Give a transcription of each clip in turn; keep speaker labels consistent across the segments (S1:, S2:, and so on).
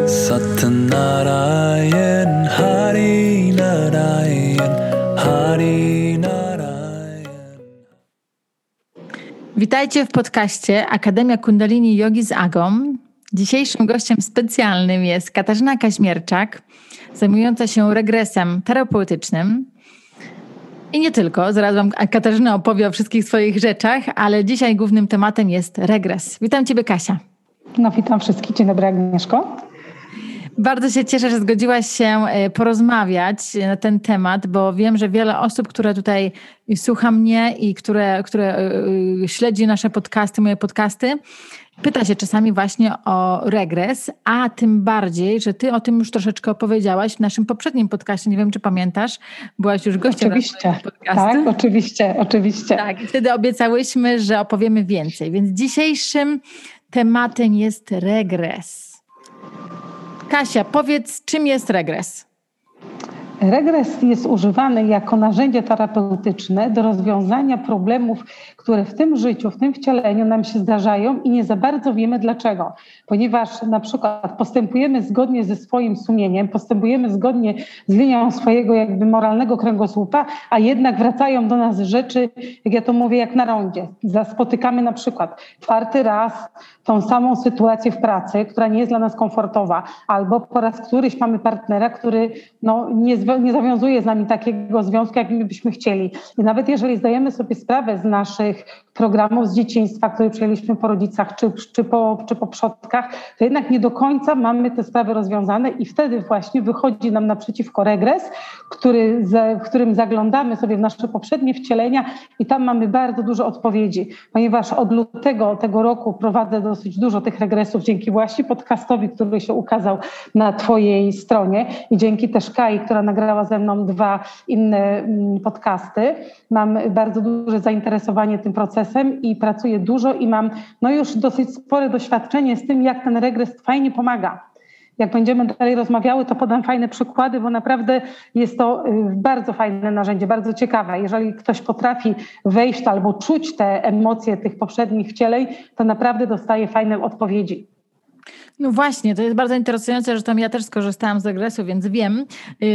S1: Satnarayan Hari Narayan Hari Narayan.
S2: Witajcie w podcaście Akademia Kundalini Jogi z Agą. Dzisiejszym gościem specjalnym jest Katarzyna Kaźmierczak, zajmująca się regresem terapeutycznym. I nie tylko, zaraz Wam Katarzyna opowie o wszystkich swoich rzeczach, ale dzisiaj głównym tematem jest regres. Witam Ciebie, Kasia.
S3: No, witam wszystkich. Dzień dobry, Agnieszko.
S2: Bardzo się cieszę, że zgodziłaś się porozmawiać na ten temat, bo wiem, że wiele osób, które tutaj słucha mnie i które śledzi nasze podcasty, moje podcasty, pyta się czasami właśnie o regres, a tym bardziej, że Ty o tym już troszeczkę opowiedziałaś w naszym poprzednim podcaście. Nie wiem, czy pamiętasz, byłaś już gościem naszego podcastu.
S3: Tak, oczywiście.
S2: Tak, i wtedy obiecałyśmy, że opowiemy więcej. Więc dzisiejszym tematem jest regres. Kasia, powiedz, czym jest regres?
S3: Regres jest używany jako narzędzie terapeutyczne do rozwiązania problemów, które w tym życiu, w tym wcieleniu nam się zdarzają i nie za bardzo wiemy dlaczego. Ponieważ na przykład postępujemy zgodnie ze swoim sumieniem, postępujemy zgodnie z linią swojego jakby moralnego kręgosłupa, a jednak wracają do nas rzeczy, jak ja to mówię, jak na rondzie. Spotykamy na przykład 4. raz tą samą sytuację w pracy, która nie jest dla nas komfortowa, albo po raz któryś mamy partnera, który nie zawiązuje z nami takiego związku, jak my byśmy chcieli. I nawet jeżeli zdajemy sobie sprawę z naszych programów z dzieciństwa, które przyjęliśmy po rodzicach czy po przodkach, to jednak nie do końca mamy te sprawy rozwiązane i wtedy właśnie wychodzi nam naprzeciwko regres, w którym zaglądamy sobie w nasze poprzednie wcielenia i tam mamy bardzo dużo odpowiedzi, ponieważ od lutego tego roku prowadzę dosyć dużo tych regresów dzięki właśnie podcastowi, który się ukazał na Twojej stronie i dzięki też Kai, która nagrała ze mną 2 inne podcasty. Mam bardzo duże zainteresowanie tym procesem i pracuję dużo i mam już dosyć spore doświadczenie z tym, jak ten regres fajnie pomaga. Jak będziemy dalej rozmawiały, to podam fajne przykłady, bo naprawdę jest to bardzo fajne narzędzie, bardzo ciekawe. Jeżeli ktoś potrafi wejść albo czuć te emocje tych poprzednich wcieleń, to naprawdę dostaje fajne odpowiedzi.
S2: No właśnie, to jest bardzo interesujące, że tam ja też skorzystałam z regresu, więc wiem,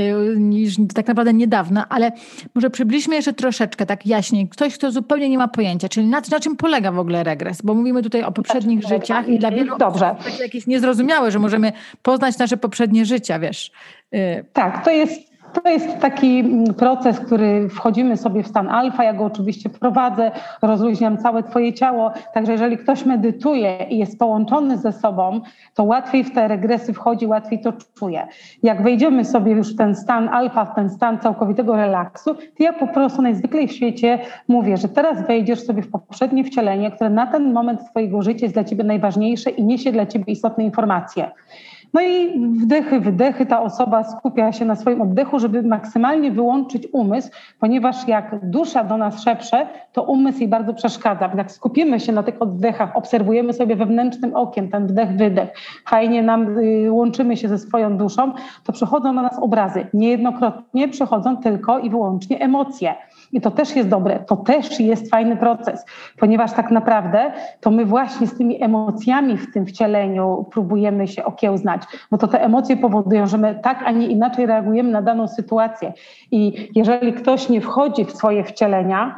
S2: już tak naprawdę niedawno, ale może przybliżmy jeszcze troszeczkę, tak jaśniej. Ktoś, kto zupełnie nie ma pojęcia, czyli na czym polega w ogóle regres? Bo mówimy tutaj o poprzednich życiach i dla wielu osób takie jakieś niezrozumiałe, że możemy poznać nasze poprzednie życia, wiesz.
S3: Tak, to jest taki proces, który wchodzimy sobie w stan alfa, ja go oczywiście prowadzę, rozluźniam całe Twoje ciało, także jeżeli ktoś medytuje i jest połączony ze sobą, to łatwiej w te regresy wchodzi, łatwiej to czuje. Jak wejdziemy sobie już w ten stan alfa, w ten stan całkowitego relaksu, to ja po prostu najzwyklej w świecie mówię, że teraz wejdziesz sobie w poprzednie wcielenie, które na ten moment Twojego życia jest dla Ciebie najważniejsze i niesie dla Ciebie istotne informacje. No i wdechy, wydechy, ta osoba skupia się na swoim oddechu, żeby maksymalnie wyłączyć umysł, ponieważ jak dusza do nas szepcze, to umysł jej bardzo przeszkadza. Jak skupimy się na tych oddechach, obserwujemy sobie wewnętrznym okiem ten wdech, wydech, fajnie łączymy się ze swoją duszą, to przychodzą do nas obrazy. Niejednokrotnie przychodzą tylko i wyłącznie emocje. I to też jest dobre, to też jest fajny proces, ponieważ tak naprawdę to my właśnie z tymi emocjami w tym wcieleniu próbujemy się okiełznać, bo to te emocje powodują, że my tak, a nie inaczej reagujemy na daną sytuację. I jeżeli ktoś nie wchodzi w swoje wcielenia,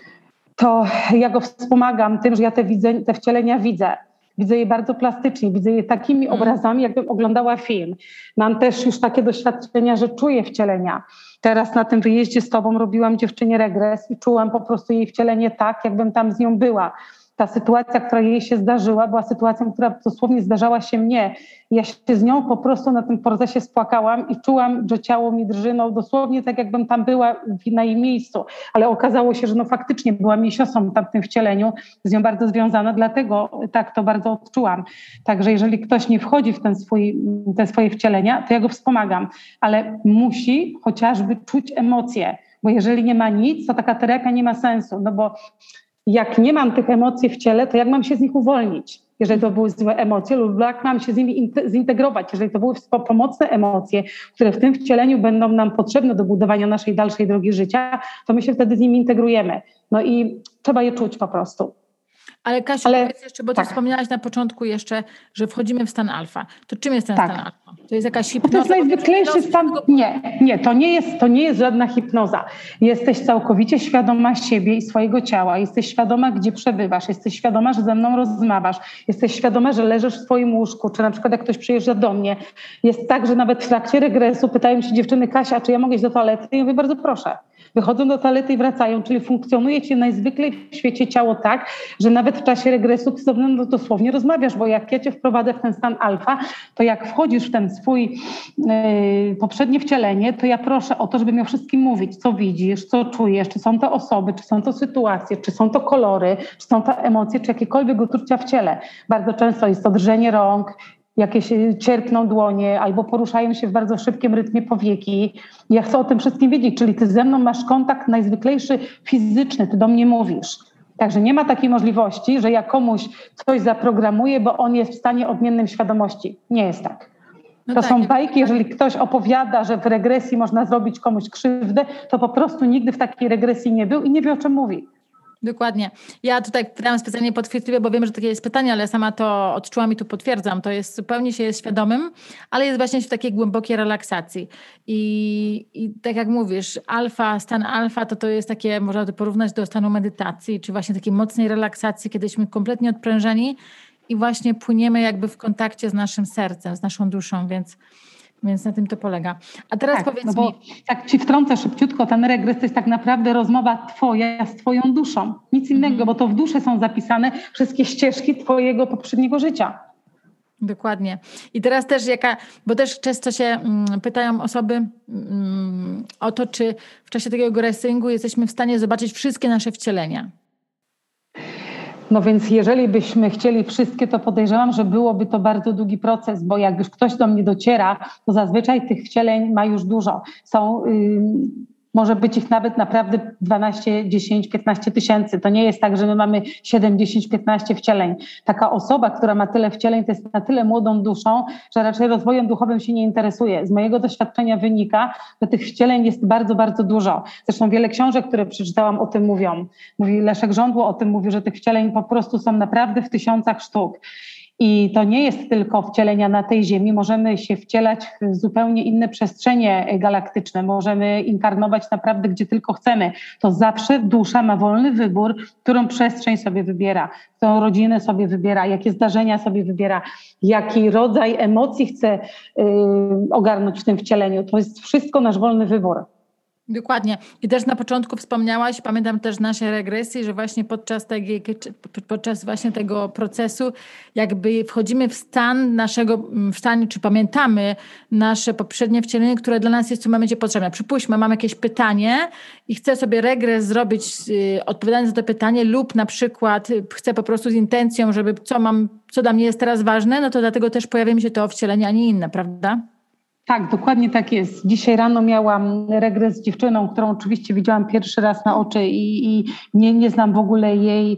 S3: to ja go wspomagam tym, że ja te wcielenia widzę. Widzę je bardzo plastycznie, widzę je takimi obrazami, jakbym oglądała film. Mam też już takie doświadczenia, że czuję wcielenia. Teraz na tym wyjeździe z Tobą robiłam dziewczynie regres i czułam po prostu jej wcielenie tak, jakbym tam z nią była. Ta sytuacja, która jej się zdarzyła, była sytuacją, która dosłownie zdarzała się mnie. Ja się z nią po prostu na tym procesie spłakałam i czułam, że ciało mi drży, dosłownie tak jakbym tam była na jej miejscu. Ale okazało się, że faktycznie byłam jej siostrą tam w tym wcieleniu, z nią bardzo związana, dlatego tak to bardzo odczułam. Także jeżeli ktoś nie wchodzi w te swoje wcielenia, to ja go wspomagam, ale musi chociażby czuć emocje, bo jeżeli nie ma nic, to taka terapia nie ma sensu, bo jak nie mam tych emocji w ciele, to jak mam się z nich uwolnić, jeżeli to były złe emocje, lub jak mam się z nimi zintegrować, jeżeli to były pomocne emocje, które w tym wcieleniu będą nam potrzebne do budowania naszej dalszej drogi życia, to my się wtedy z nimi integrujemy. I trzeba je czuć po prostu.
S2: Ale Kasiu, powiedz jeszcze, bo ty wspomniałaś na początku jeszcze, że wchodzimy w stan alfa. To czym jest ten stan alfa? To jest jakaś hipnoza?
S3: To jest najzwyklejszy stan. Nie, to nie jest żadna hipnoza. Jesteś całkowicie świadoma siebie i swojego ciała. Jesteś świadoma, gdzie przebywasz. Jesteś świadoma, że ze mną rozmawiasz. Jesteś świadoma, że leżysz w swoim łóżku. Czy na przykład jak ktoś przyjeżdża do mnie. Jest tak, że nawet w trakcie regresu pytają się dziewczyny: Kasia, czy ja mogę iść do toalety? I ja mówię: bardzo proszę. Wychodzą do toalety i wracają, czyli funkcjonuje ci najzwyklej w świecie ciało tak, że nawet w czasie regresu ty ze mną dosłownie rozmawiasz, bo jak ja cię wprowadzę w ten stan alfa, to jak wchodzisz w ten swój poprzednie wcielenie, to ja proszę o to, żeby mi o wszystkim mówić, co widzisz, co czujesz, czy są to osoby, czy są to sytuacje, czy są to kolory, czy są to emocje, czy jakiekolwiek uczucia w ciele. Bardzo często jest to drżenie rąk, jakieś cierpną dłonie albo poruszają się w bardzo szybkim rytmie powieki. Ja chcę o tym wszystkim wiedzieć, czyli ty ze mną masz kontakt najzwyklejszy fizyczny, ty do mnie mówisz. Także nie ma takiej możliwości, że ja komuś coś zaprogramuję, bo on jest w stanie odmiennym świadomości. Nie jest tak. To są bajki, jeżeli ktoś opowiada, że w regresji można zrobić komuś krzywdę, to po prostu nigdy w takiej regresji nie był i nie wie, o czym mówi.
S2: Dokładnie. Ja tutaj pytałam specjalnie podchwytliwie, bo wiem, że takie jest pytanie, ale sama to odczułam i tu potwierdzam. To jest zupełnie się jest świadomym, ale jest właśnie w takiej głębokiej relaksacji. I tak jak mówisz, stan alfa to jest takie, można to porównać do stanu medytacji, czy właśnie takiej mocnej relaksacji, kiedy jesteśmy kompletnie odprężeni i właśnie płyniemy jakby w kontakcie z naszym sercem, z naszą duszą, więc na tym to polega. A teraz powiedz mi...
S3: Bo tak ci wtrącę szybciutko, ten regres to jest tak naprawdę rozmowa twoja z twoją duszą. Nic innego, bo to w duszy są zapisane wszystkie ścieżki twojego poprzedniego życia.
S2: Dokładnie. I teraz też bo też często się pytają osoby o to, czy w czasie takiego regresingu jesteśmy w stanie zobaczyć wszystkie nasze wcielenia.
S3: No więc jeżeli byśmy chcieli wszystkie, to podejrzewam, że byłoby to bardzo długi proces, bo jak już ktoś do mnie dociera, to zazwyczaj tych wcieleń ma już dużo. Może być ich nawet naprawdę 12, 10, 15 tysięcy. To nie jest tak, że my mamy 7, 10, 15 wcieleń. Taka osoba, która ma tyle wcieleń, to jest na tyle młodą duszą, że raczej rozwojem duchowym się nie interesuje. Z mojego doświadczenia wynika, że tych wcieleń jest bardzo, bardzo dużo. Zresztą wiele książek, które przeczytałam, o tym mówią. Mówi Leszek Żądło o tym mówi, że tych wcieleń po prostu są naprawdę w tysiącach sztuk. I to nie jest tylko wcielenia na tej ziemi. Możemy się wcielać w zupełnie inne przestrzenie galaktyczne. Możemy inkarnować naprawdę gdzie tylko chcemy. To zawsze dusza ma wolny wybór, którą przestrzeń sobie wybiera, którą rodzinę sobie wybiera, jakie zdarzenia sobie wybiera, jaki rodzaj emocji chce ogarnąć w tym wcieleniu. To jest wszystko nasz wolny wybór.
S2: Dokładnie. I też na początku wspomniałaś, pamiętam też nasze regresje, że właśnie podczas właśnie tego procesu jakby wchodzimy w stan, czy pamiętamy nasze poprzednie wcielenie, które dla nas jest w tym momencie potrzebne. Przypuśćmy, mam jakieś pytanie i chcę sobie regres zrobić odpowiadając na to pytanie lub na przykład chcę po prostu z intencją, żeby co dla mnie jest teraz ważne, no to dlatego też pojawia mi się to wcielenie, a nie inne, prawda?
S3: Tak, dokładnie tak jest. Dzisiaj rano miałam regres z dziewczyną, którą oczywiście widziałam pierwszy raz na oczy i nie znam w ogóle jej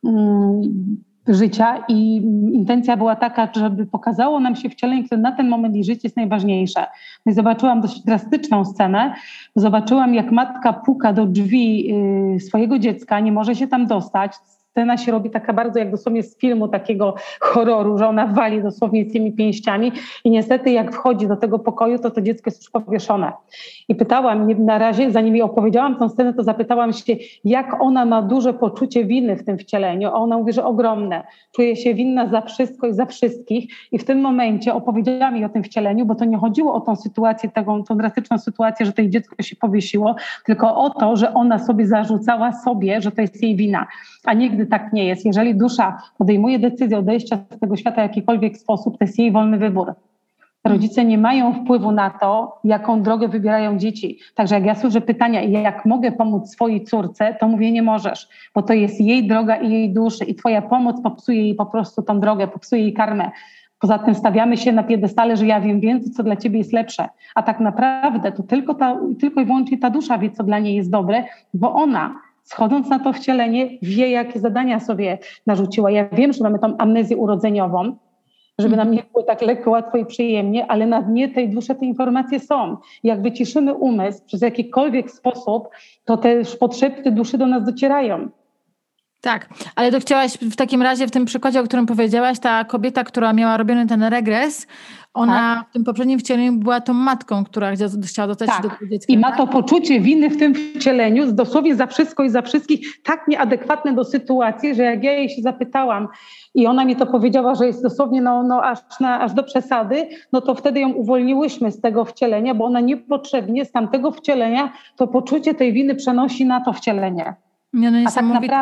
S3: życia i intencja była taka, żeby pokazało nam się wcielenie, które na ten moment jej życie jest najważniejsze. No i zobaczyłam dość drastyczną scenę. Zobaczyłam, jak matka puka do drzwi swojego dziecka, nie może się tam dostać. Scena się robi taka bardzo jak dosłownie z filmu takiego horroru, że ona wali dosłownie tymi pięściami i niestety jak wchodzi do tego pokoju, to dziecko jest już powieszone. I pytałam na razie, zanim jej opowiedziałam tę scenę, to zapytałam się, jak ona ma duże poczucie winy w tym wcieleniu. A ona mówi, że ogromne. Czuje się winna za wszystko i za wszystkich. I w tym momencie opowiedziałam jej o tym wcieleniu, bo to nie chodziło o tą sytuację, tą drastyczną sytuację, że to jej dziecko się powiesiło, tylko o to, że ona sobie zarzucała sobie, że to jest jej wina. A nigdy tak nie jest. Jeżeli dusza podejmuje decyzję odejścia z tego świata w jakikolwiek sposób, to jest jej wolny wybór. Rodzice nie mają wpływu na to, jaką drogę wybierają dzieci. Także jak ja słyszę pytania, jak mogę pomóc swojej córce, to mówię, nie możesz, bo to jest jej droga i jej duszy i twoja pomoc popsuje jej po prostu tą drogę, popsuje jej karmę. Poza tym stawiamy się na piedestale, że ja wiem więcej, co dla ciebie jest lepsze. A tak naprawdę to tylko i wyłącznie ta dusza wie, co dla niej jest dobre, bo ona schodząc na to wcielenie, wie, jakie zadania sobie narzuciła. Ja wiem, że mamy tą amnezję urodzeniową, żeby nam nie było tak lekko, łatwo i przyjemnie, ale na dnie tej duszy te informacje są. Jak wyciszymy umysł przez jakikolwiek sposób, to te potrzeby duszy do nas docierają.
S2: Tak, ale to chciałaś w takim razie w tym przykładzie, o którym powiedziałaś, ta kobieta, która miała robiony ten regres, ona w tym poprzednim wcieleniu była tą matką, która chciała dostać się do tego dziecka.
S3: I ma to poczucie winy w tym wcieleniu, dosłownie za wszystko i za wszystkich, tak nieadekwatne do sytuacji, że jak ja jej się zapytałam i ona mi to powiedziała, że jest dosłownie aż do przesady, no to wtedy ją uwolniłyśmy z tego wcielenia, bo ona niepotrzebnie z tamtego wcielenia to poczucie tej winy przenosi na to wcielenie. A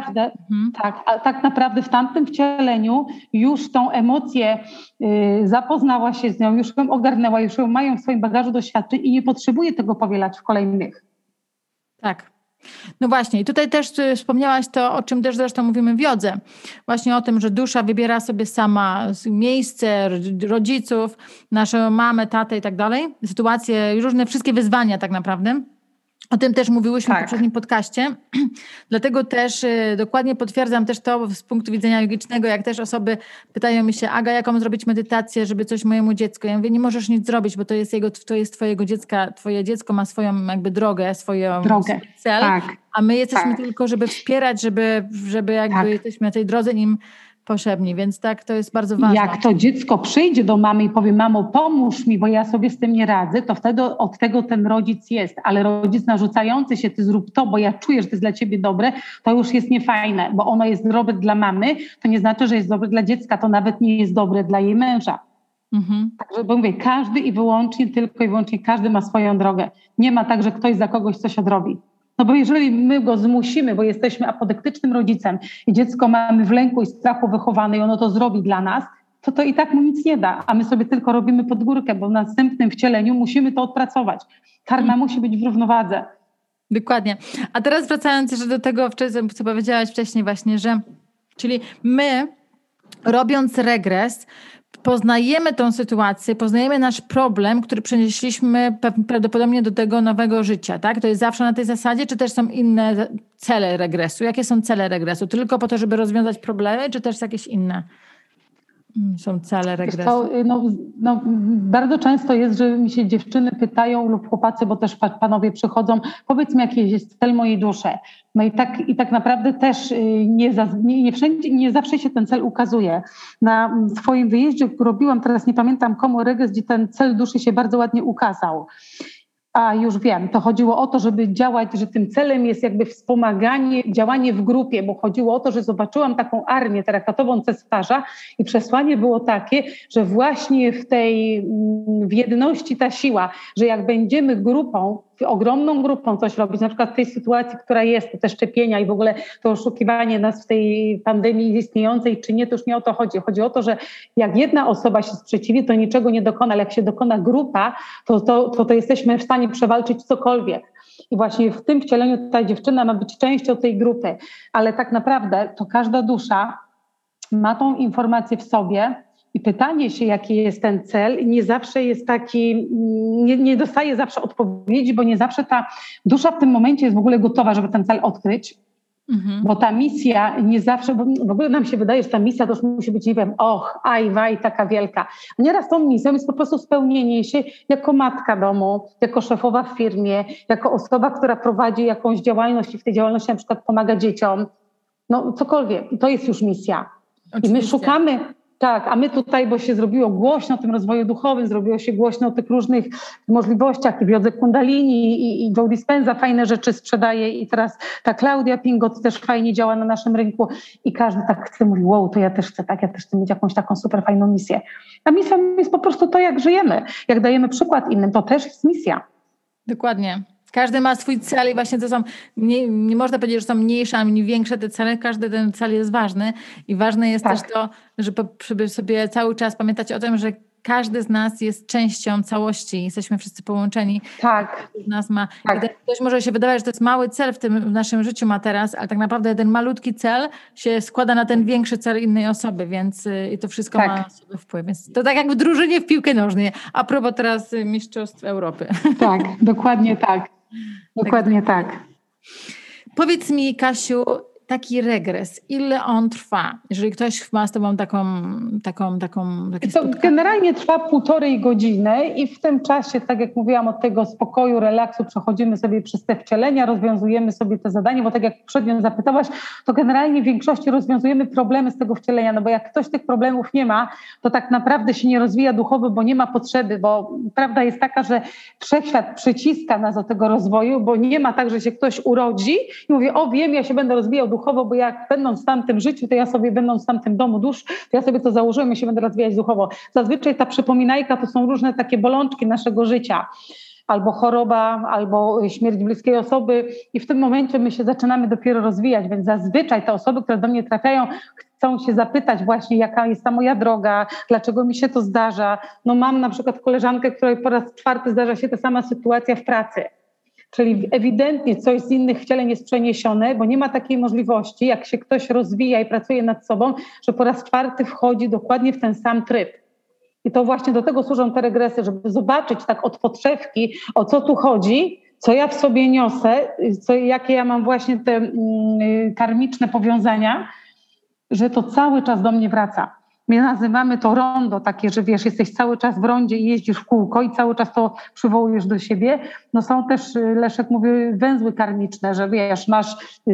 S3: tak naprawdę w tamtym wcieleniu już tą emocję zapoznała się z nią, już ją ogarnęła, już ją mają w swoim bagażu doświadczeń i nie potrzebuje tego powielać w kolejnych.
S2: Tak. No właśnie i tutaj też wspomniałaś to, o czym też zresztą mówimy w jodze. Właśnie o tym, że dusza wybiera sobie sama miejsce, rodziców, naszą mamę, tatę i tak dalej. Sytuacje, różne wszystkie wyzwania tak naprawdę. O tym też mówiłyśmy w poprzednim podcaście, dlatego też dokładnie potwierdzam też to z punktu widzenia jogicznego, jak też osoby pytają mi się, Aga, jaką zrobić medytację, żeby coś mojemu dziecku? Ja mówię, nie możesz nic zrobić, bo to jest twojego dziecka, twoje dziecko ma swoją jakby drogę, swój cel, a my jesteśmy tylko, żeby wspierać, żeby jakby jesteśmy na tej drodze nim potrzebni, więc tak, to jest bardzo ważne.
S3: Jak to dziecko przyjdzie do mamy i powie, mamo, pomóż mi, bo ja sobie z tym nie radzę, to wtedy od tego ten rodzic jest, ale rodzic narzucający się, ty zrób to, bo ja czuję, że to jest dla ciebie dobre, to już jest niefajne, bo ono jest dobre dla mamy, to nie znaczy, że jest dobre dla dziecka, to nawet nie jest dobre dla jej męża. Także bo mówię, każdy i wyłącznie każdy ma swoją drogę. Nie ma tak, że ktoś za kogoś coś odrobi. No bo jeżeli my go zmusimy, bo jesteśmy apodyktycznym rodzicem i dziecko mamy w lęku i strachu wychowane i ono to zrobi dla nas, to i tak mu nic nie da, a my sobie tylko robimy pod górkę, bo w następnym wcieleniu musimy to odpracować. Karma musi być w równowadze.
S2: Dokładnie. A teraz wracając jeszcze do tego, co powiedziałaś wcześniej właśnie, że czyli my robiąc regres, poznajemy tą sytuację, poznajemy nasz problem, który przenieśliśmy prawdopodobnie do tego nowego życia, tak? To jest zawsze na tej zasadzie, czy też są inne cele regresu? Jakie są cele regresu? Tylko po to, żeby rozwiązać problemy, czy też jakieś inne są cele regresu?
S3: Bardzo często jest, że mi się dziewczyny pytają lub chłopacy, bo też panowie przychodzą, powiedz mi, jaki jest cel mojej duszy. No i tak naprawdę też nie zawsze się ten cel ukazuje. Na swoim wyjeździe robiłam, teraz nie pamiętam komu, regres, gdzie ten cel duszy się bardzo ładnie ukazał. A już wiem, to chodziło o to, żeby działać, że tym celem jest jakby wspomaganie, działanie w grupie, bo chodziło o to, że zobaczyłam taką armię traktatową cesarza i przesłanie było takie, że właśnie w jedności ta siła, że jak będziemy grupą, ogromną grupą coś robić, na przykład w tej sytuacji, która jest, te szczepienia i w ogóle to oszukiwanie nas w tej pandemii istniejącej, czy nie, to już nie o to chodzi. Chodzi o to, że jak jedna osoba się sprzeciwi, to niczego nie dokona, ale jak się dokona grupa, to jesteśmy w stanie przewalczyć cokolwiek. I właśnie w tym wcieleniu ta dziewczyna ma być częścią tej grupy, ale tak naprawdę to każda dusza ma tą informację w sobie. I pytanie się, jaki jest ten cel, nie zawsze jest taki, nie dostaje zawsze odpowiedzi, bo nie zawsze ta dusza w tym momencie jest w ogóle gotowa, żeby ten cel odkryć. Bo ta misja nie zawsze, bo w ogóle nam się wydaje, że ta misja to już musi być, nie wiem, taka wielka. Nieraz tą misją jest po prostu spełnienie się jako matka domu, jako szefowa w firmie, jako osoba, która prowadzi jakąś działalność i w tej działalności na przykład pomaga dzieciom. No cokolwiek. To jest już misja. Oczywiście. I my szukamy... Tak, a my tutaj, bo się zrobiło głośno o tym rozwoju duchowym, zrobiło się głośno o tych różnych możliwościach i w jodze kundalini i Joe Dispenza fajne rzeczy sprzedaje i teraz ta Klaudia Pingot też fajnie działa na naszym rynku i każdy tak chce, mówi, wow, to ja też chcę mieć jakąś taką super fajną misję. A misja jest po prostu to, jak żyjemy, jak dajemy przykład innym, to też jest misja.
S2: Dokładnie. Każdy ma swój cel i właśnie to są, nie można powiedzieć, że są mniejsze, ani większe te cele, każdy ten cel jest ważny i ważne jest też to, żeby sobie cały czas pamiętać o tym, że każdy z nas jest częścią całości, jesteśmy wszyscy połączeni.
S3: Tak.
S2: Z nas ma. I ktoś może się wydawać, że to jest mały cel w naszym życiu ma teraz, ale tak naprawdę ten malutki cel się składa na ten większy cel innej osoby, więc i to wszystko ma na sobie wpływ. Więc to tak jak w drużynie w piłkę nożnej. A propos teraz Mistrzostw Europy.
S3: Tak, dokładnie tak. Dokładnie tak.
S2: Powiedz mi, Kasiu, taki regres, ile on trwa? Jeżeli ktoś ma z tobą takie
S3: To
S2: spotkanie.
S3: generalnie trwa 1,5 godziny i w tym czasie, tak jak mówiłam, od tego spokoju, relaksu przechodzimy sobie przez te wcielenia, rozwiązujemy sobie te zadania, bo tak jak poprzednio zapytałaś, to generalnie w większości rozwiązujemy problemy z tego wcielenia, no bo jak ktoś tych problemów nie ma, to tak naprawdę się nie rozwija duchowo, bo nie ma potrzeby, bo prawda jest taka, że wszechświat przyciska nas do tego rozwoju, bo nie ma tak, że się ktoś urodzi i mówi, o wiem, ja się będę rozwijał duchowo, bo jak będąc w tamtym życiu, to ja sobie będąc w tamtym domu dusz, to ja sobie to założyłem, ja się będę rozwijać duchowo. Zazwyczaj ta przypominajka to są różne takie bolączki naszego życia. Albo choroba, albo śmierć bliskiej osoby i w tym momencie my się zaczynamy dopiero rozwijać, więc zazwyczaj te osoby, które do mnie trafiają, chcą się zapytać właśnie, jaka jest ta moja droga, dlaczego mi się to zdarza. No mam na przykład koleżankę, której po raz 4 zdarza się ta sama sytuacja w pracy. Czyli ewidentnie coś z innych wcieleń jest przeniesione, bo nie ma takiej możliwości, jak się ktoś rozwija i pracuje nad sobą, że po raz 4 wchodzi dokładnie w ten sam tryb. I to właśnie do tego służą te regresy, żeby zobaczyć tak od podszewki, o co tu chodzi, co ja w sobie niosę, jakie ja mam właśnie te karmiczne powiązania, że to cały czas do mnie wraca. My nazywamy to rondo takie, że wiesz, jesteś cały czas w rondzie i jeździsz w kółko i cały czas to przywołujesz do siebie. No są też, Leszek mówi, węzły karmiczne, że wiesz, masz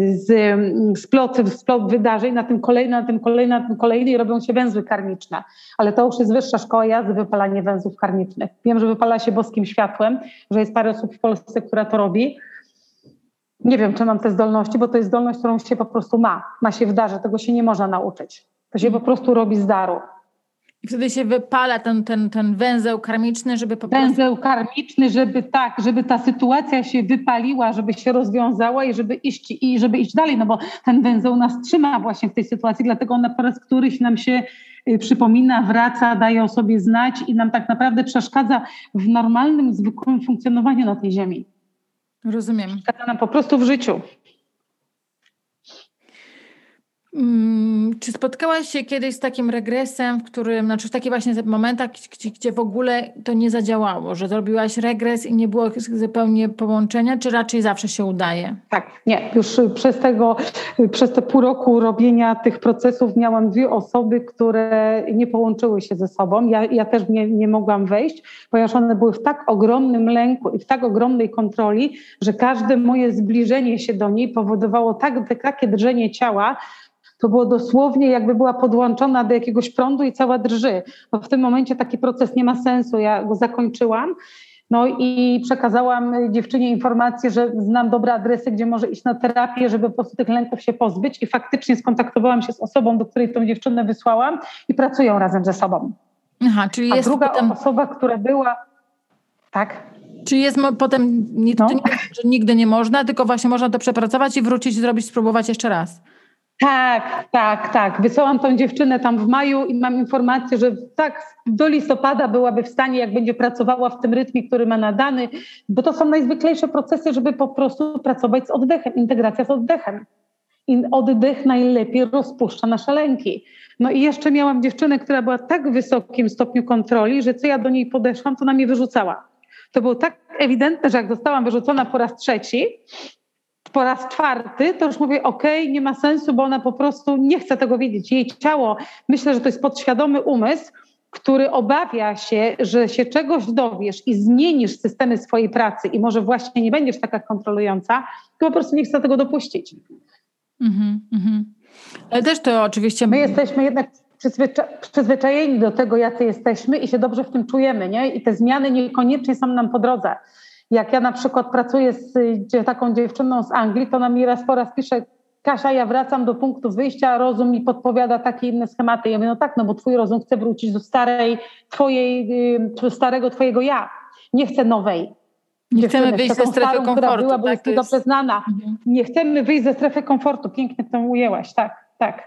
S3: splot wydarzeń, na tym kolejny i robią się węzły karmiczne. Ale to już jest wyższa szkoła jazdy, wypalanie węzłów karmicznych. Wiem, że wypala się boskim światłem, że jest parę osób w Polsce, która to robi. Nie wiem, czy mam te zdolności, bo to jest zdolność, którą się po prostu ma się w darze, tego się nie można nauczyć. To się po prostu robi z daru.
S2: I wtedy się wypala ten węzeł karmiczny, żeby po prostu...
S3: Węzeł karmiczny, żeby ta sytuacja się wypaliła, żeby się rozwiązała i żeby iść dalej, no bo ten węzeł nas trzyma właśnie w tej sytuacji, dlatego on po raz któryś nam się przypomina, wraca, daje o sobie znać i nam tak naprawdę przeszkadza w normalnym, zwykłym funkcjonowaniu na tej ziemi.
S2: Rozumiem.
S3: Przeszkadza nam po prostu w życiu.
S2: Czy spotkałaś się kiedyś z takim regresem, w takich właśnie momentach, gdzie w ogóle to nie zadziałało, że zrobiłaś regres i nie było zupełnie połączenia, czy raczej zawsze się udaje?
S3: Tak, nie. Już przez te pół roku robienia tych procesów miałam 2 osoby, które nie połączyły się ze sobą. Ja też nie mogłam wejść, ponieważ one były w tak ogromnym lęku i w tak ogromnej kontroli, że każde moje zbliżenie się do niej powodowało takie drżenie ciała. To było dosłownie, jakby była podłączona do jakiegoś prądu i cała drży. Bo w tym momencie taki proces nie ma sensu. Ja go zakończyłam. No i przekazałam dziewczynie informację, że znam dobre adresy, gdzie może iść na terapię, żeby po prostu tych lęków się pozbyć. I faktycznie skontaktowałam się z osobą, do której tą dziewczynę wysłałam i pracują razem ze sobą.
S2: Aha, czyli jest
S3: druga osoba, która była... Tak.
S2: Czy jest potem, że nigdy nie można, tylko właśnie można to przepracować i wrócić, spróbować jeszcze raz?
S3: Tak. Wysłałam tą dziewczynę tam w maju i mam informację, że tak do listopada byłaby w stanie, jak będzie pracowała w tym rytmie, który ma nadany, bo to są najzwyklejsze procesy, żeby po prostu pracować z oddechem, integracja z oddechem. I oddech najlepiej rozpuszcza nasze lęki. No i jeszcze miałam dziewczynę, która była tak w wysokim stopniu kontroli, że co ja do niej podeszłam, to ona mnie wyrzucała. To było tak ewidentne, że jak zostałam wyrzucona po raz 3, po raz 4, to już mówię, okej, nie ma sensu, bo ona po prostu nie chce tego wiedzieć. Jej ciało, myślę, że to jest podświadomy umysł, który obawia się, że się czegoś dowiesz i zmienisz systemy swojej pracy i może właśnie nie będziesz taka kontrolująca, to po prostu nie chce tego dopuścić.
S2: Ale też to oczywiście...
S3: My jesteśmy jednak przyzwyczajeni do tego, jacy jesteśmy i się dobrze w tym czujemy, nie? I te zmiany niekoniecznie są nam po drodze. Jak ja na przykład pracuję z taką dziewczyną z Anglii, to ona mi raz po raz pisze: Kasia, ja wracam do punktu wyjścia, rozum mi podpowiada takie inne schematy. Ja mówię, no tak, no bo twój rozum chce wrócić do starego twojego ja. Nie chce nowej.
S2: Nie chcemy wyjść ze strefy komfortu.
S3: Która była, bo jest dobrze znana. Nie chcemy wyjść ze strefy komfortu. Pięknie to ujęłaś, tak.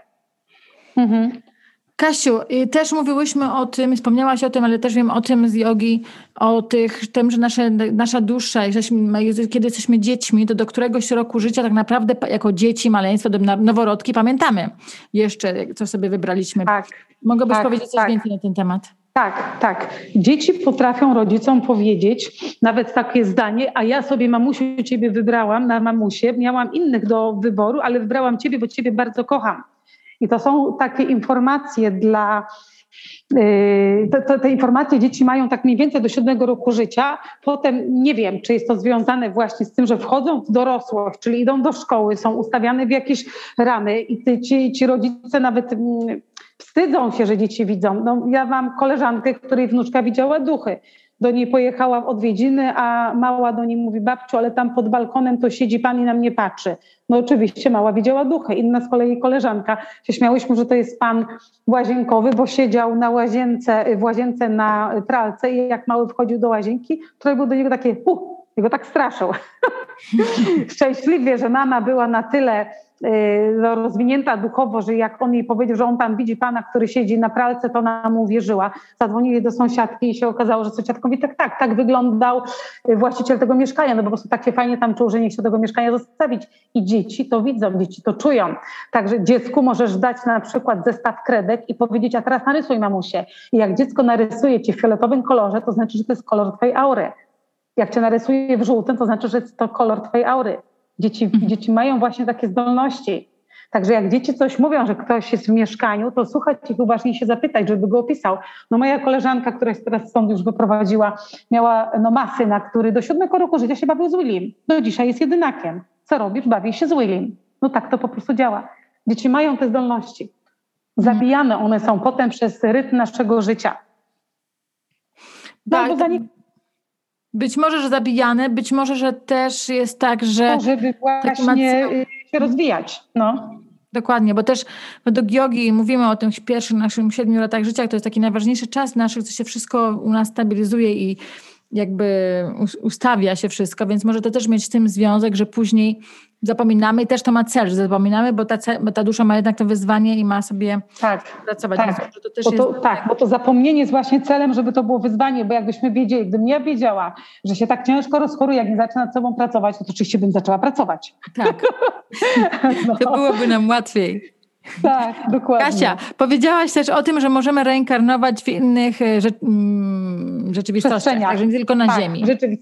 S2: Kasiu, też mówiłyśmy o tym, wspomniałaś o tym, ale też wiem o tym z jogi, tym, że nasza dusza, kiedy jesteśmy dziećmi, to do któregoś roku życia tak naprawdę jako dzieci, maleństwo, noworodki pamiętamy jeszcze, co sobie wybraliśmy.
S3: Tak.
S2: Mogłabyś powiedzieć coś więcej na ten temat?
S3: Tak. Dzieci potrafią rodzicom powiedzieć nawet takie zdanie, a ja sobie, mamusiu, ciebie wybrałam na mamusię, miałam innych do wyboru, ale wybrałam ciebie, bo ciebie bardzo kocham. I to są takie informacje te informacje dzieci mają tak mniej więcej do 7 roku życia. Potem nie wiem, czy jest to związane właśnie z tym, że wchodzą w dorosłość, czyli idą do szkoły, są ustawiane w jakieś ramy i ci rodzice nawet wstydzą się, że dzieci widzą. No, ja mam koleżankę, której wnuczka widziała duchy. Do niej pojechała w odwiedziny, a mała do niej mówi: babciu, ale tam pod balkonem to siedzi pan i na mnie patrzy. No oczywiście mała widziała duchy. Inna z kolei koleżanka, się śmiałyśmy, że to jest pan łazienkowy, bo siedział w łazience na pralce i jak mały wchodził do łazienki, to był do niego takie jego tak straszył. Szczęśliwie, że mama była na tyle rozwinięta duchowo, że jak on jej powiedział, że on tam widzi pana, który siedzi na pralce, to ona mu uwierzyła. Zadzwonili do sąsiadki i się okazało, że sąsiadka mówi: tak wyglądał właściciel tego mieszkania, no po prostu tak się fajnie tam czuł, że nie chciał tego mieszkania zostawić. I dzieci to widzą, dzieci to czują. Także dziecku możesz dać na przykład zestaw kredek i powiedzieć: a teraz narysuj, mamusie. I jak dziecko narysuje ci w fioletowym kolorze, to znaczy, że to jest kolor twojej aury. Jak cię narysuje w żółtym, to znaczy, że jest to kolor twojej aury. Dzieci mają właśnie takie zdolności. Także jak dzieci coś mówią, że ktoś jest w mieszkaniu, to słuchać ich uważnie, się zapytać, żeby go opisał. No moja koleżanka, która się teraz stąd już wyprowadziła, miała ma syna, który do 7 roku życia się bawił z Willim. Do dzisiaj jest jedynakiem. Co robisz? Bawi się z Willim. No tak to po prostu działa. Dzieci mają te zdolności. Zabijane one są potem przez rytm naszego życia.
S2: Tak. Być może, że zabijane, być może, że też jest tak, że...
S3: Żeby właśnie się rozwijać. No.
S2: Dokładnie, bo też według jogi mówimy o tych pierwszych naszych 7 latach życia, to jest taki najważniejszy czas naszych, co się wszystko u nas stabilizuje i jakby ustawia się wszystko, więc może to też mieć z tym związek, że później zapominamy i też to ma cel, że zapominamy, bo ta dusza ma jednak to wyzwanie i ma sobie pracować.
S3: Tak.
S2: Więc to też jest...
S3: bo to zapomnienie jest właśnie celem, żeby to było wyzwanie, bo jakbyśmy wiedzieli, gdybym ja wiedziała, że się tak ciężko rozchoruję, jak nie zacznę nad sobą pracować, to oczywiście bym zaczęła pracować.
S2: Tak. To byłoby nam łatwiej.
S3: Tak, dokładnie.
S2: Kasia, powiedziałaś też o tym, że możemy reinkarnować w innych rzeczywistościach, także nie tylko na Ziemi.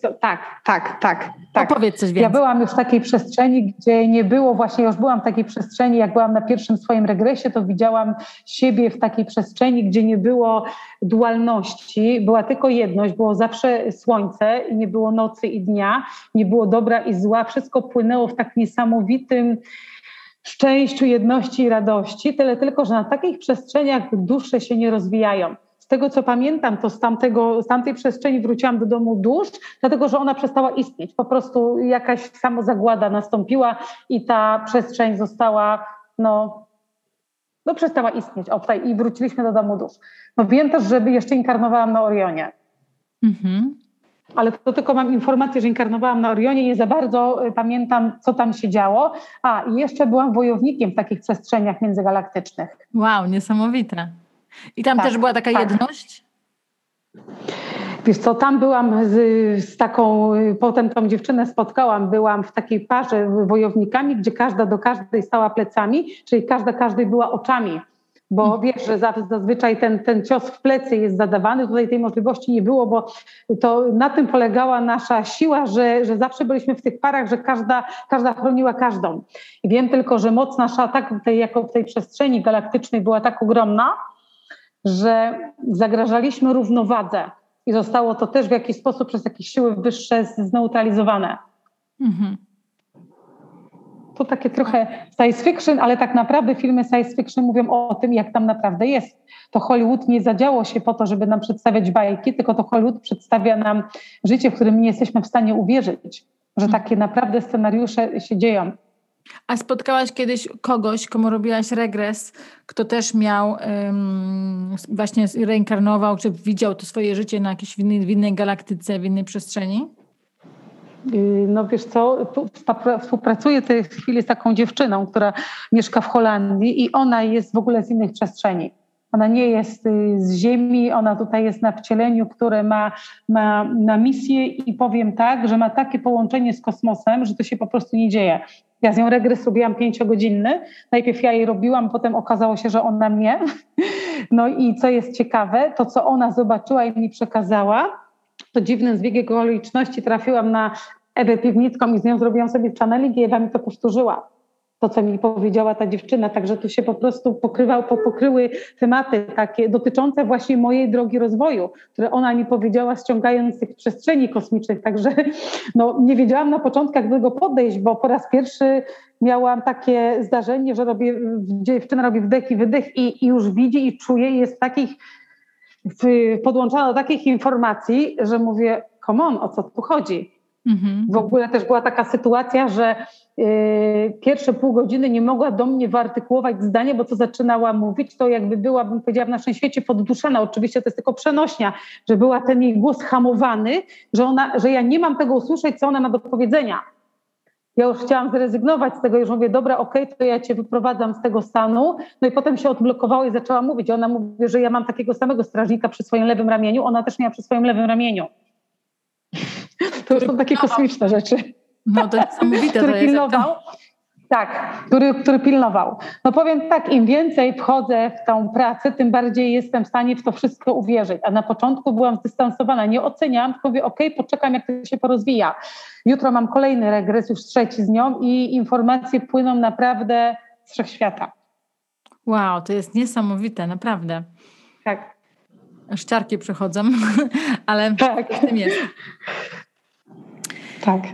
S3: Tak.
S2: Opowiedz coś więcej.
S3: Ja byłam już w takiej przestrzeni, gdzie nie było właśnie, już byłam w takiej przestrzeni, jak byłam na pierwszym swoim regresie, to widziałam siebie w takiej przestrzeni, gdzie nie było dualności, była tylko jedność, było zawsze słońce i nie było nocy i dnia, nie było dobra i zła, wszystko płynęło w tak niesamowitym szczęściu, jedności i radości, tyle tylko, że na takich przestrzeniach dusze się nie rozwijają. Z tego, co pamiętam, to z tamtej przestrzeni wróciłam do domu dusz, dlatego, że ona przestała istnieć. Po prostu jakaś samozagłada nastąpiła i ta przestrzeń została, przestała istnieć. I wróciliśmy do domu dusz. No wiem też, że jeszcze inkarnowałam na Orionie. Ale to tylko mam informację, że inkarnowałam na Orionie, nie za bardzo pamiętam, co tam się działo. I jeszcze byłam wojownikiem w takich przestrzeniach międzygalaktycznych.
S2: Wow, niesamowite. I tam też była taka jedność?
S3: Wiesz co, tam byłam z taką, potem tą dziewczynę spotkałam, byłam w takiej parze wojownikami, gdzie każda do każdej stała plecami, czyli każda każdej była oczami. Bo wiesz, że zazwyczaj ten cios w plecy jest zadawany, tutaj tej możliwości nie było, bo to na tym polegała nasza siła, że zawsze byliśmy w tych parach, że każda chroniła każdą. I wiem tylko, że moc nasza jako w tej przestrzeni galaktycznej była tak ogromna, że zagrażaliśmy równowadze i zostało to też w jakiś sposób przez jakieś siły wyższe zneutralizowane. To takie trochę science fiction, ale tak naprawdę filmy science fiction mówią o tym, jak tam naprawdę jest. To Hollywood nie zadziało się po to, żeby nam przedstawiać bajki, tylko to Hollywood przedstawia nam życie, w którym nie jesteśmy w stanie uwierzyć, że takie naprawdę scenariusze się dzieją.
S2: A spotkałaś kiedyś kogoś, komu robiłaś regres, kto też miał, właśnie reinkarnował, czy widział to swoje życie na jakiejś w innej galaktyce, w innej przestrzeni?
S3: No wiesz co, współpracuję w tej chwili z taką dziewczyną, która mieszka w Holandii i ona jest w ogóle z innych przestrzeni. Ona nie jest z ziemi, ona tutaj jest na wcieleniu, które ma na misję i powiem tak, że ma takie połączenie z kosmosem, że to się po prostu nie dzieje. Ja z nią regres robiłam 5-godzinny. Najpierw ja jej robiłam, potem okazało się, że ona mnie. No i co jest ciekawe, to co ona zobaczyła i mi przekazała, to dziwnym zbiegiem okoliczności trafiłam na Ewę Piwnicką i z nią zrobiłam sobie channeling i Ewa mi to powtórzyła. To, co mi powiedziała ta dziewczyna, także tu się po prostu pokryły tematy takie dotyczące właśnie mojej drogi rozwoju, które ona mi powiedziała, ściągając z tych przestrzeni kosmicznych. Także no, nie wiedziałam na początku, jak do tego podejść, bo po raz pierwszy miałam takie zdarzenie, że dziewczyna robi wdech i wydech i już widzi i czuje i jest podłączona do takich informacji, że mówię, come on, o co tu chodzi? W ogóle też była taka sytuacja, że pierwsze pół godziny nie mogła do mnie wyartykułować zdania, bo co zaczynała mówić, to jakby była, bym powiedziała, w naszym świecie podduszana. Oczywiście to jest tylko przenośnia, że była ten jej głos hamowany, że ja nie mam tego usłyszeć, co ona ma do powiedzenia. Ja już chciałam zrezygnować z tego, już mówię, dobra, okej, to ja cię wyprowadzam z tego stanu. No i potem się odblokowała i zaczęła mówić. Ona mówi, że ja mam takiego samego strażnika przy swoim lewym ramieniu, ona też miała przy swoim lewym ramieniu. To są takie kosmiczne rzeczy.
S2: No to niesamowite.
S3: Który pilnował. Tak, który pilnował. No powiem tak, im więcej wchodzę w tą pracę, tym bardziej jestem w stanie w to wszystko uwierzyć. A na początku byłam zdystansowana, nie oceniałam, tylko mówię, okej, poczekam, jak to się porozwija. Jutro mam kolejny regres, już 3 z nią i informacje płyną naprawdę z wszechświata.
S2: Wow, to jest niesamowite, naprawdę.
S3: Tak.
S2: Szczarki przychodzą, ale
S3: tak.
S2: w tym jest.
S3: Tak.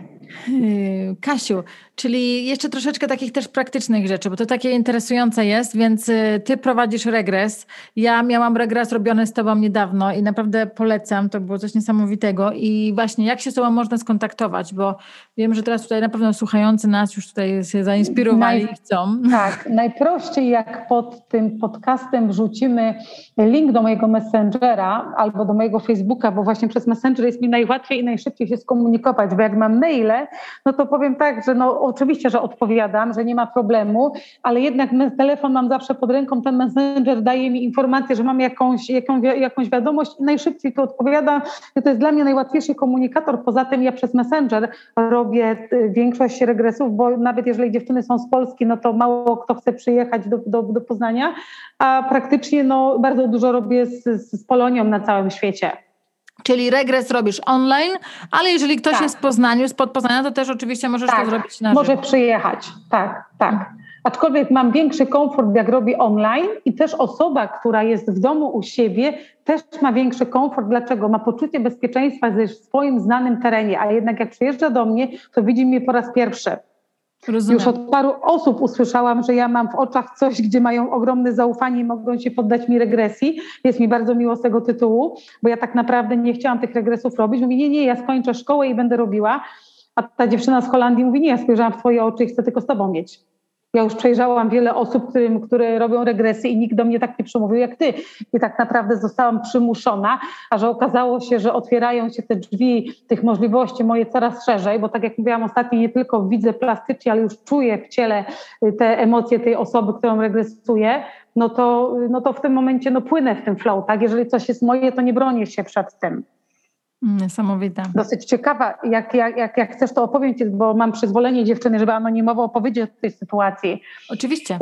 S2: Kasiu, czyli jeszcze troszeczkę takich też praktycznych rzeczy, bo to takie interesujące jest, więc ty prowadzisz regres. Ja miałam regres robiony z tobą niedawno i naprawdę polecam, to było coś niesamowitego. I właśnie jak się z tobą można skontaktować, bo wiem, że teraz tutaj na pewno słuchający nas już tutaj się zainspirowali i chcą.
S3: Tak, najprościej jak pod tym podcastem wrzucimy link do mojego Messengera albo do mojego Facebooka, bo właśnie przez Messenger jest mi najłatwiej i najszybciej się skomunikować, bo jak mam maile, no to powiem tak, że no oczywiście, że odpowiadam, że nie ma problemu, ale jednak telefon mam zawsze pod ręką, ten Messenger daje mi informację, że mam jakąś wiadomość i najszybciej to odpowiadam. To jest dla mnie najłatwiejszy komunikator. Poza tym ja przez Messenger robię większość regresów, bo nawet jeżeli dziewczyny są z Polski, no to mało kto chce przyjechać do Poznania, a praktycznie no bardzo dużo robię z Polonią na całym świecie.
S2: Czyli regres robisz online, ale jeżeli ktoś jest w Poznaniu, spod Poznania, to też oczywiście możesz to zrobić na żywo.
S3: Może przyjechać, tak. Aczkolwiek mam większy komfort, jak robię online i też osoba, która jest w domu u siebie, też ma większy komfort. Dlaczego? Ma poczucie bezpieczeństwa w swoim znanym terenie, a jednak jak przyjeżdża do mnie, to widzi mnie po raz pierwszy. Rozumiem. Już od paru osób usłyszałam, że ja mam w oczach coś, gdzie mają ogromne zaufanie i mogą się poddać mi regresji. Jest mi bardzo miło z tego tytułu, bo ja tak naprawdę nie chciałam tych regresów robić. Mówi, nie, ja skończę szkołę i będę robiła. A ta dziewczyna z Holandii mówi, nie, ja spojrzałam w twoje oczy i chcę tylko z tobą mieć. Ja już przejrzałam wiele osób, które robią regresy i nikt do mnie tak nie przemówił jak ty. I tak naprawdę zostałam przymuszona, a że okazało się, że otwierają się te drzwi tych możliwości moje coraz szerzej, bo tak jak mówiłam ostatnio, nie tylko widzę plastycznie, ale już czuję w ciele te emocje tej osoby, którą regresuję, no to w tym momencie płynę w tym flow, tak? Jeżeli coś jest moje, to nie bronię się przed tym.
S2: Niesamowita.
S3: Dosyć ciekawa, jak chcesz, to opowiem ci, bo mam przyzwolenie dziewczyny, żeby anonimowo opowiedzieć o tej sytuacji.
S2: Oczywiście.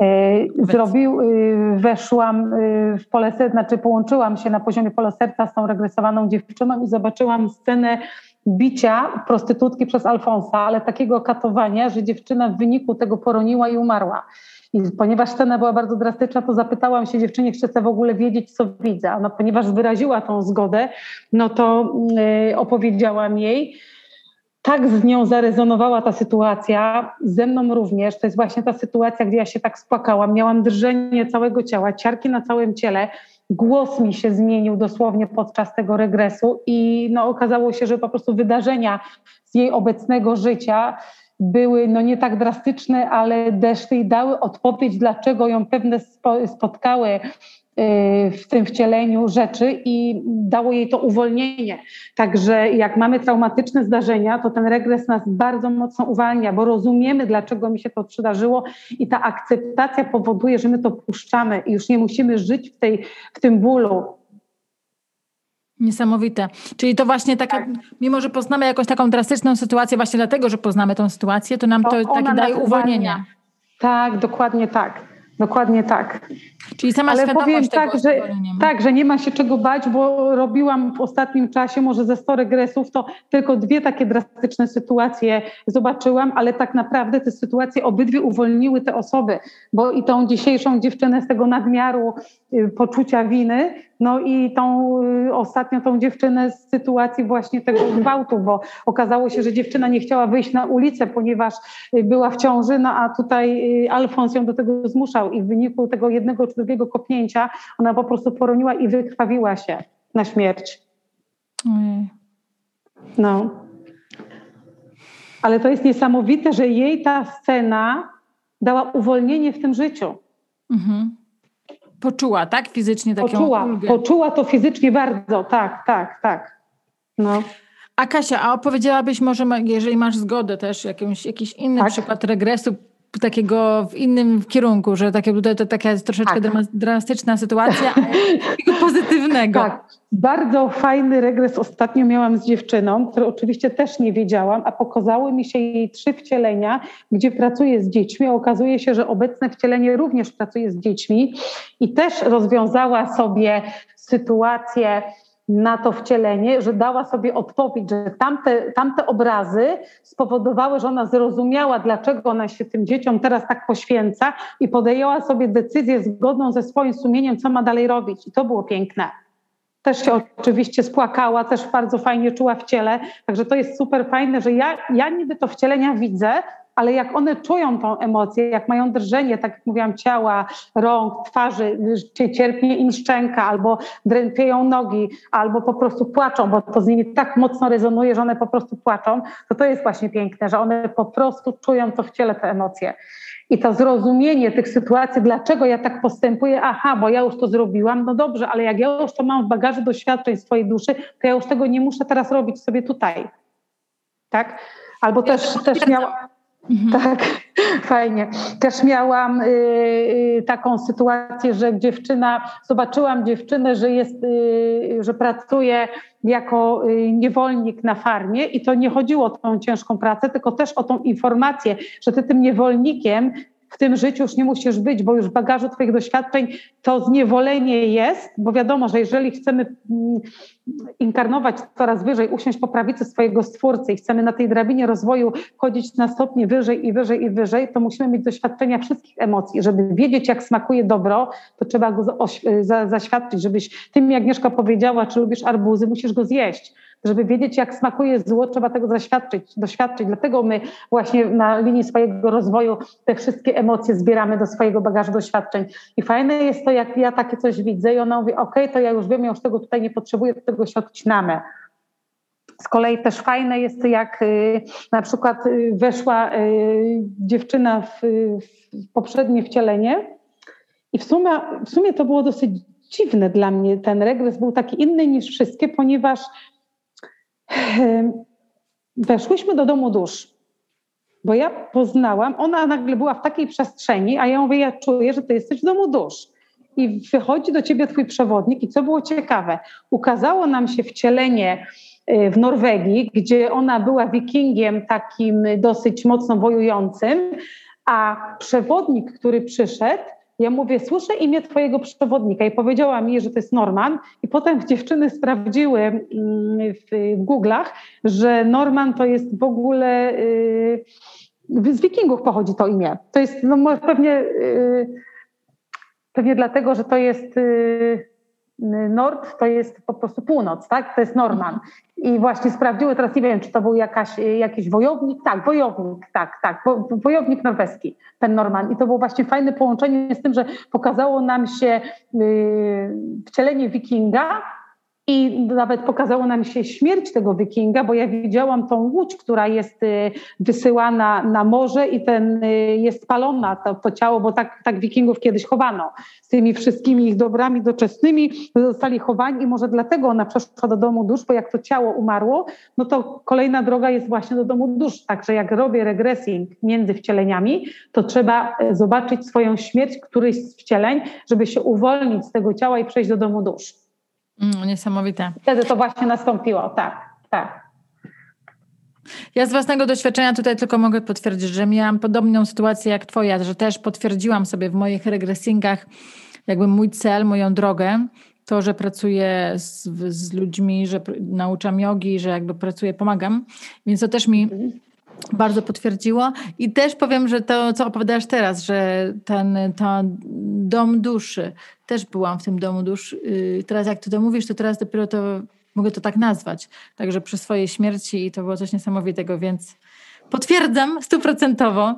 S3: Weszłam w pole serca, połączyłam się na poziomie pola serca z tą regresowaną dziewczyną i zobaczyłam scenę bicia prostytutki przez Alfonsa, ale takiego katowania, że dziewczyna w wyniku tego poroniła i umarła. I ponieważ scena była bardzo drastyczna, to zapytałam się dziewczynie, czy chcę w ogóle wiedzieć, co widzę. Ona, ponieważ wyraziła tą zgodę, no to opowiedziałam jej. Tak z nią zarezonowała ta sytuacja, ze mną również. To jest właśnie ta sytuacja, gdzie ja się tak spłakałam. Miałam drżenie całego ciała, ciarki na całym ciele. Głos mi się zmienił dosłownie podczas tego regresu i okazało się, że po prostu wydarzenia z jej obecnego życia były nie tak drastyczne, ale deszły i dały odpowiedź, dlaczego ją pewne spotkały w tym wcieleniu rzeczy i dało jej to uwolnienie. Także jak mamy traumatyczne zdarzenia, to ten regres nas bardzo mocno uwalnia, bo rozumiemy, dlaczego mi się to przydarzyło i ta akceptacja powoduje, że my to puszczamy i już nie musimy żyć w tym bólu.
S2: Niesamowite. Czyli to właśnie taka, mimo że poznamy jakąś taką drastyczną sytuację, właśnie dlatego, że poznamy tą sytuację, to nam to takie daje uwolnienie.
S3: Tak, dokładnie tak. Dokładnie tak.
S2: Czyli sama
S3: Ale
S2: świadomość
S3: powiem
S2: tego
S3: że nie ma się czego bać, bo robiłam w ostatnim czasie może ze 100 regresów, to tylko 2 takie drastyczne sytuacje zobaczyłam, ale tak naprawdę te sytuacje obydwie uwolniły te osoby, bo i tą dzisiejszą dziewczynę z tego nadmiaru poczucia winy, no i ostatnio tą dziewczynę z sytuacji właśnie tego gwałtu, bo okazało się, że dziewczyna nie chciała wyjść na ulicę, ponieważ była w ciąży, no a tutaj Alfons ją do tego zmuszał i w wyniku tego jednego czy drugiego kopnięcia ona po prostu poroniła i wykrwawiła się na śmierć. No. Ale to jest niesamowite, że jej ta scena dała uwolnienie w tym życiu.
S2: Mhm. Poczuła, tak? Fizycznie taką ulgę.
S3: Poczuła to fizycznie bardzo, tak. No.
S2: A Kasia, a opowiedziałabyś może, jeżeli masz zgodę też, jakiś inny przykład regresu, takiego w innym kierunku, że tutaj to taka jest troszeczkę drastyczna sytuacja, ale takiego pozytywnego.
S3: Tak. Bardzo fajny regres ostatnio miałam z dziewczyną, który oczywiście też nie wiedziałam, a pokazały mi się jej 3 wcielenia, gdzie pracuje z dziećmi. Okazuje się, że obecne wcielenie również pracuje z dziećmi i też rozwiązała sobie sytuację na to wcielenie, że dała sobie odpowiedź, że tamte obrazy spowodowały, że ona zrozumiała, dlaczego ona się tym dzieciom teraz tak poświęca i podjęła sobie decyzję zgodną ze swoim sumieniem, co ma dalej robić. I to było piękne. Też się oczywiście spłakała, też bardzo fajnie czuła w ciele. Także to jest super fajne, że ja niby to wcielenia widzę, ale jak one czują tą emocję, jak mają drżenie, tak jak mówiłam, ciała, rąk, twarzy, czy cierpnie im szczęka, albo drętwieją nogi, albo po prostu płaczą, bo to z nimi tak mocno rezonuje, że one po prostu płaczą, to jest właśnie piękne, że one po prostu czują to w ciele, te emocje. I to zrozumienie tych sytuacji, dlaczego ja tak postępuję, bo ja już to zrobiłam, no dobrze, ale jak ja już to mam w bagażu doświadczeń swojej duszy, to ja już tego nie muszę teraz robić sobie tutaj. Tak? Albo też miałam... Tak, fajnie. Też miałam taką sytuację, że zobaczyłam dziewczynę, że pracuje jako niewolnik na farmie i to nie chodziło o tą ciężką pracę, tylko też o tą informację, że ty tym niewolnikiem w tym życiu już nie musisz być, bo już w bagażu twoich doświadczeń to zniewolenie jest, bo wiadomo, że jeżeli chcemy inkarnować coraz wyżej, usiąść po prawicy swojego Stwórcy i chcemy na tej drabinie rozwoju chodzić na stopnie wyżej i wyżej i wyżej, to musimy mieć doświadczenia wszystkich emocji. Żeby wiedzieć, jak smakuje dobro, to trzeba go zaświadczyć, żebyś, ty mi Agnieszka powiedziała, czy lubisz arbuzy, musisz go zjeść. Żeby wiedzieć, jak smakuje zło, trzeba tego doświadczyć. Dlatego my właśnie na linii swojego rozwoju te wszystkie emocje zbieramy do swojego bagażu doświadczeń. I fajne jest to, jak ja takie coś widzę i ona mówi, okej, to ja już wiem, ja już tego tutaj nie potrzebuję, tego się odcinamy. Z kolei też fajne jest, jak na przykład weszła dziewczyna w poprzednie wcielenie i w sumie to było dosyć dziwne dla mnie. Ten regres był taki inny niż wszystkie, ponieważ weszłyśmy do domu dusz, bo ja poznałam, ona nagle była w takiej przestrzeni, a ja mówię, ja czuję, że ty jesteś w domu dusz. I wychodzi do ciebie twój przewodnik i co było ciekawe, ukazało nam się wcielenie w Norwegii, gdzie ona była wikingiem takim dosyć mocno wojującym, a przewodnik, który przyszedł, ja mówię, słyszę imię twojego przewodnika i powiedziała mi, że to jest Norman i potem dziewczyny sprawdziły w Google'ach, że Norman to jest w ogóle, z wikingów pochodzi to imię. To jest pewnie dlatego, że to jest Nord, to jest po prostu północ, tak? To jest Norman. I właśnie sprawdziły, teraz nie wiem, czy to był jakiś wojownik. Tak, wojownik, tak. Wojownik norweski, ten Norman. I to było właśnie fajne połączenie z tym, że pokazało nam się wcielenie wikinga I nawet pokazało nam się śmierć tego wikinga, bo ja widziałam tą łódź, która jest wysyłana na morze i jest spalona to ciało, bo tak wikingów kiedyś chowano. Z tymi wszystkimi ich dobrami doczesnymi zostali chowani i może dlatego ona przeszła do domu dusz, bo jak to ciało umarło, no to kolejna droga jest właśnie do domu dusz. Także jak robię regresing między wcieleniami, to trzeba zobaczyć swoją śmierć któryś z wcieleń, żeby się uwolnić z tego ciała i przejść do domu dusz.
S2: Niesamowite.
S3: Wtedy to właśnie nastąpiło, tak.
S2: Ja z własnego doświadczenia tutaj tylko mogę potwierdzić, że miałam podobną sytuację jak twoja, że też potwierdziłam sobie w moich regresingach jakby mój cel, moją drogę, to, że pracuję z ludźmi, że nauczam jogi, że jakby pracuję, pomagam, więc to też mi bardzo potwierdziło i też powiem, że to, co opowiadasz teraz, że ten dom duszy, też byłam w tym domu dusz. Teraz jak ty to mówisz, to teraz dopiero to mogę to tak nazwać. Także przy swojej śmierci i to było coś niesamowitego, więc potwierdzam 100%.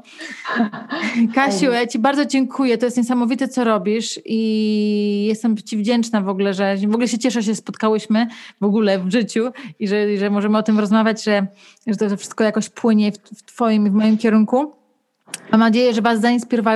S2: Kasiu, ja ci bardzo dziękuję. To jest niesamowite, co robisz i jestem ci wdzięczna w ogóle, że w ogóle się cieszę, że się spotkałyśmy w ogóle w życiu i że możemy o tym rozmawiać, że to wszystko jakoś płynie w twoim i w moim kierunku. Mam nadzieję, że was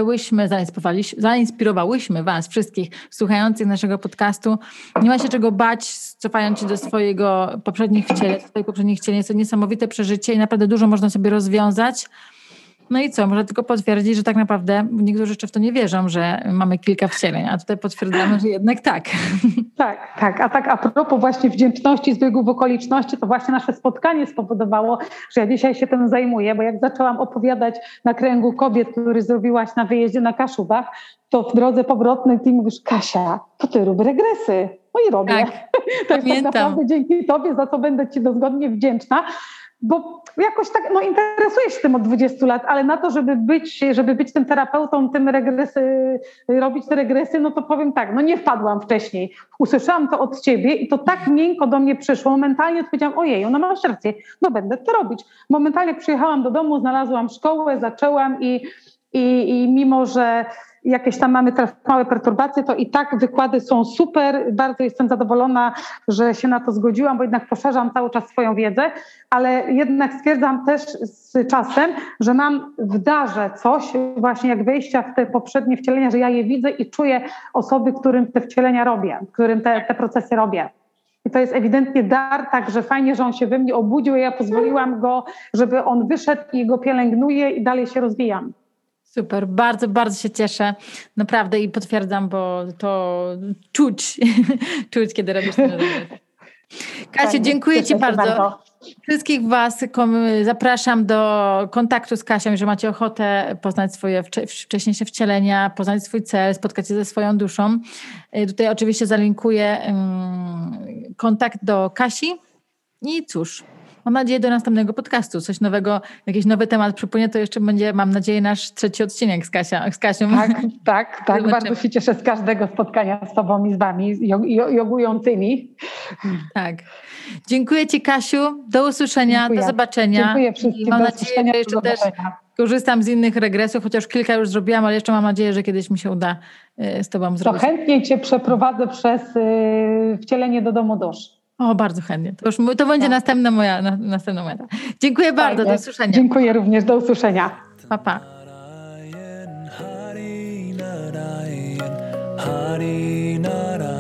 S2: zainspirowałyśmy was wszystkich słuchających naszego podcastu. Nie ma się czego bać, cofając się do swojej poprzednich wcieleń. Jest to niesamowite przeżycie i naprawdę dużo można sobie rozwiązać. No i co? Można tylko potwierdzić, że tak naprawdę niektórzy jeszcze w to nie wierzą, że mamy kilka wcieleń, a tutaj potwierdzamy, że jednak tak.
S3: Tak. A propos właśnie wdzięczności, zbiegów okoliczności, to właśnie nasze spotkanie spowodowało, że ja dzisiaj się tym zajmuję, bo jak zaczęłam opowiadać na kręgu kobiet, który zrobiłaś na wyjeździe na Kaszubach, to w drodze powrotnej ty mówisz: Kasia, to ty rób regresy. No i robię.
S2: Tak,
S3: tak naprawdę dzięki tobie, za co będę ci dozgodnie wdzięczna. Bo jakoś tak, interesuję się tym od 20 lat, ale na to, żeby być tym terapeutą, robić te regresy, no to powiem tak, nie wpadłam wcześniej. Usłyszałam to od ciebie i to tak miękko do mnie przyszło. Momentalnie odpowiedziałam: ojej, ona masz rację, będę to robić. Momentalnie jak przyjechałam do domu, znalazłam szkołę, zaczęłam i mimo, że jakieś tam mamy teraz małe perturbacje, to i tak wykłady są super. Bardzo jestem zadowolona, że się na to zgodziłam, bo jednak poszerzam cały czas swoją wiedzę, ale jednak stwierdzam też z czasem, że mam w darze coś, właśnie jak wejścia w te poprzednie wcielenia, że ja je widzę i czuję osoby, którym te wcielenia robię, którym te procesy robię. I to jest ewidentnie dar, także fajnie, że on się we mnie obudził, a ja pozwoliłam go, żeby on wyszedł i go pielęgnuję i dalej się rozwijam.
S2: Super, bardzo, bardzo się cieszę. Naprawdę i potwierdzam, bo to czuć, kiedy robisz ten regres. Kasiu, dziękuję ci bardzo. Wszystkich was zapraszam do kontaktu z Kasią, jeżeli macie ochotę poznać swoje wcześniejsze wcielenia, poznać swój cel, spotkać się ze swoją duszą. Tutaj oczywiście zalinkuję kontakt do Kasi i cóż, mam nadzieję do następnego podcastu. Coś nowego, jakiś nowy temat przypłynie, to jeszcze będzie, mam nadzieję, nasz 3. odcinek z Kasią.
S3: Tak. Bardzo się cieszę z każdego spotkania z tobą i z wami, jogującymi. Tak.
S2: Dziękuję ci, Kasiu. Do usłyszenia, do zobaczenia.
S3: Dziękuję wszystkim.
S2: Mam nadzieję, że jeszcze też korzystam z innych regresów, chociaż kilka już zrobiłam, ale jeszcze mam nadzieję, że kiedyś mi się uda z tobą zrobić.
S3: To chętnie cię przeprowadzę przez wcielenie do domu dusz.
S2: O, bardzo chętnie. To będzie następna moja. Dziękuję bardzo, do usłyszenia.
S3: Dziękuję również, do usłyszenia.
S2: Pa, pa.
S1: Hari Narayana